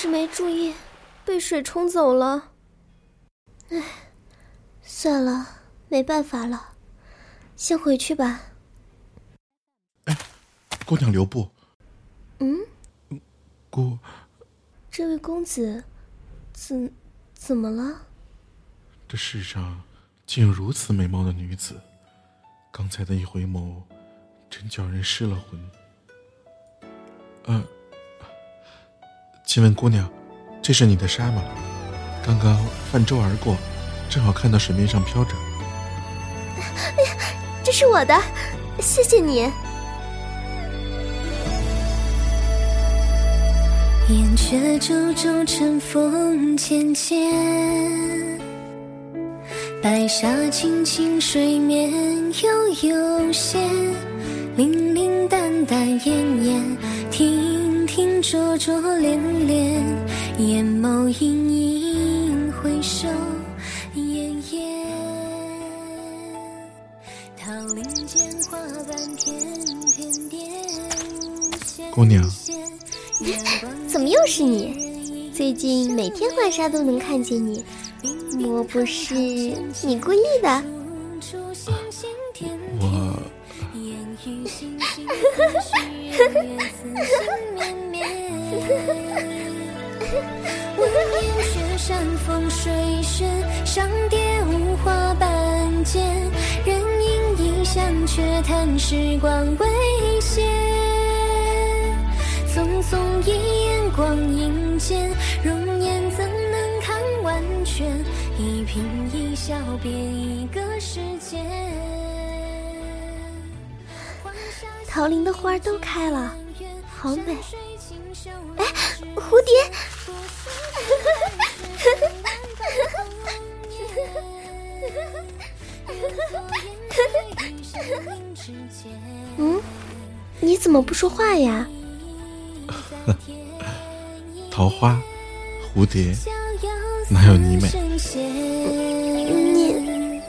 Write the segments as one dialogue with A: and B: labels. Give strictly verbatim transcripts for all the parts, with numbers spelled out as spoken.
A: 是没注意，被水冲走了。唉，算了，没办法了，先回去吧。
B: 哎，姑娘留步。
A: 嗯？
B: 姑……
A: 这位公子，怎怎么了？
B: 这世上竟有如此美貌的女子，刚才的一回眸，真叫人失了魂。呃，请问姑娘，这是你的纱吗？刚刚泛舟而过，正好看到水面上飘着。
A: 哎呀，这是我的，谢谢你。
C: 烟却皱皱，晨风浅浅，白纱轻轻，水面悠悠闲，零零淡淡，烟烟听听，灼灼恋恋，眼眸隐隐，回首奄奄，桃林间花瓣片片点，
B: 姑娘，
A: 怎么又是你？最近每天晚上都能看见你，莫不是你故意的？
B: 啊、我
C: 闻烟雪山风水轩，上叠无花半间，人影一相却叹时光未现。匆匆一眼光阴间，容颜怎能看完全？一颦一笑别一个世界。
A: 桃林的花都开了，好美。哎，蝴蝶！嗯，你怎么不说话呀？
B: 桃花、蝴蝶，哪有你美？
A: 你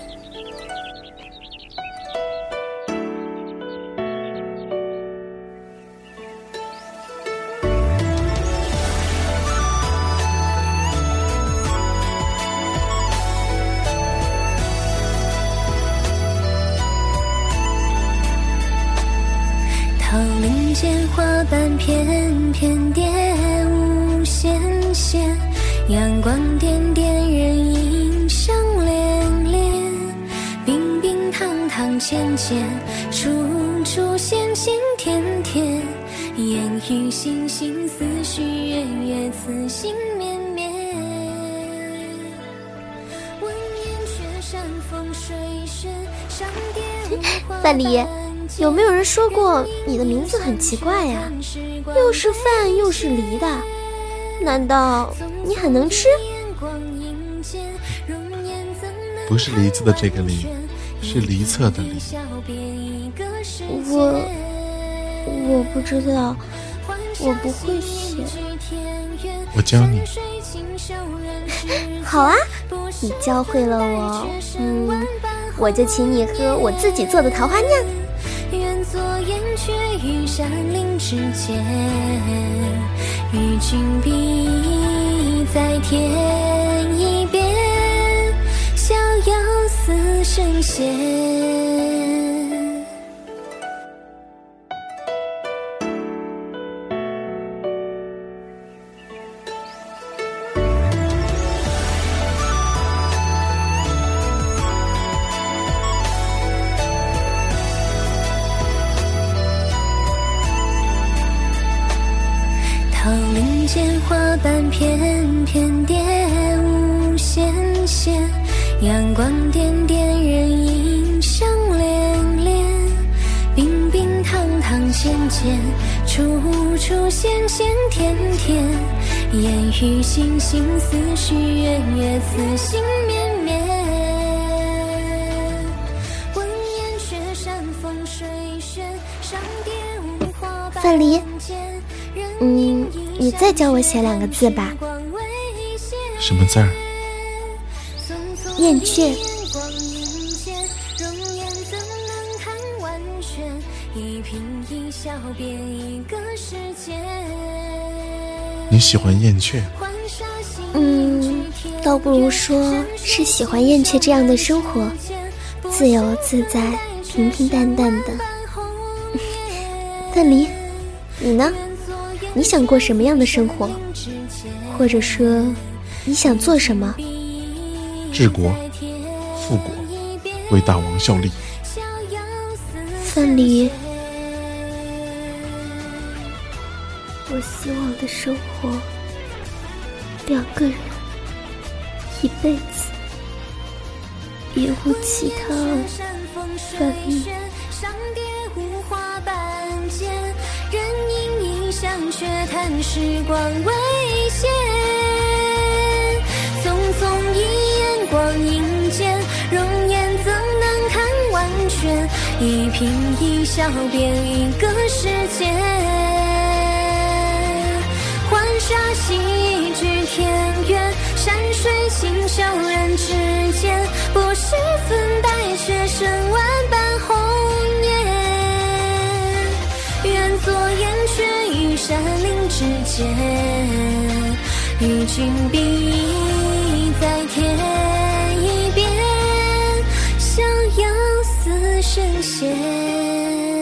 C: 桃林间花瓣片片点，无限线，阳光点点，人影相恋恋，冰冰堂堂，浅浅，处处线线甜甜，烟雨星星，思绪月月，此心绵绵。闻烟雪山风水轩，上叠无花
A: 范蠡，有没有人说过你的名字很奇怪呀？又是饭又是梨的，难道你很能吃？
B: 不是梨子的这个梨，是梨册的梨。
A: 我我不知道，我不会写。
B: 我教你。
A: 好啊，你教会了我，嗯，我就请你喝我自己做的桃花酿。
C: 愿作燕雀于山林之间，与君比在天一边，逍遥似神仙。桃林间花瓣片片点，无限线，阳光点点，人影相恋恋，冰冰堂堂，浅浅，处处线线甜甜，烟雨星星，思绪月月，此心绵绵。闻烟雪山风水轩，上叠无花
A: 范蠡，嗯，你再教我写两个字吧。
B: 什么字儿？
A: 燕雀。
B: 你喜欢燕雀？
A: 嗯，倒不如说是喜欢燕雀这样的生活，自由自在，平平淡淡的。范蠡，你呢？你想过什么样的生活？或者说你想做什么？
B: 治国复国，为大王效力。
A: 范蠡，我希望的生活，两个人一辈子，别无其他。范蠡，
C: 却叹时光未现，匆匆一眼光阴间，容颜怎能看完全？一颦一笑变一个世界，浣纱戏举天远，山水清秀人之间，不是粉黛却胜万般红颜。愿作燕雀于山林之间，与君比翼在天一边，逍遥似神仙。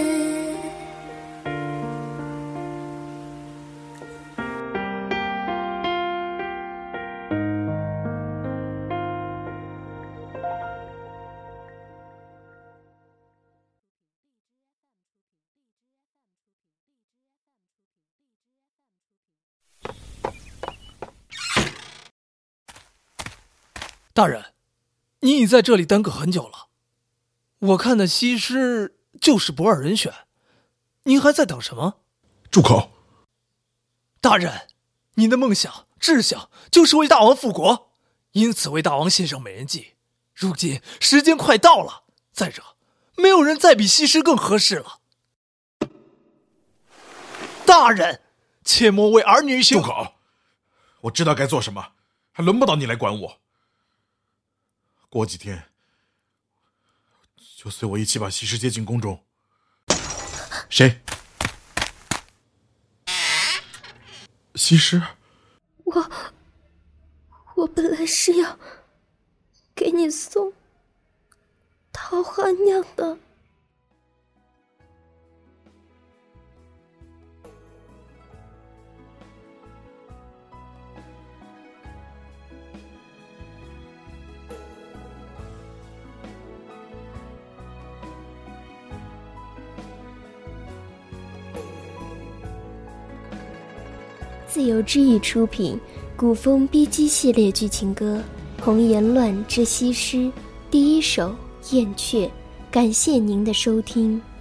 D: 大人，你已在这里耽搁很久了，我看那西施就是不二人选，您还在等什么？
B: 住口！
D: 大人，您的梦想志向就是为大王复国，因此为大王献上美人计，如今时间快到了，再者没有人再比西施更合适了。大人，切莫为儿女行。
B: 住口！我知道该做什么，还轮不到你来管我。过几天就随我一起把西施接进宫中。谁？西施？
A: 我我本来是要给你送桃花酿的。自由之翼出品古风 B G 系列剧情歌《红颜乱之西施》第一首《燕雀》，感谢您的收听。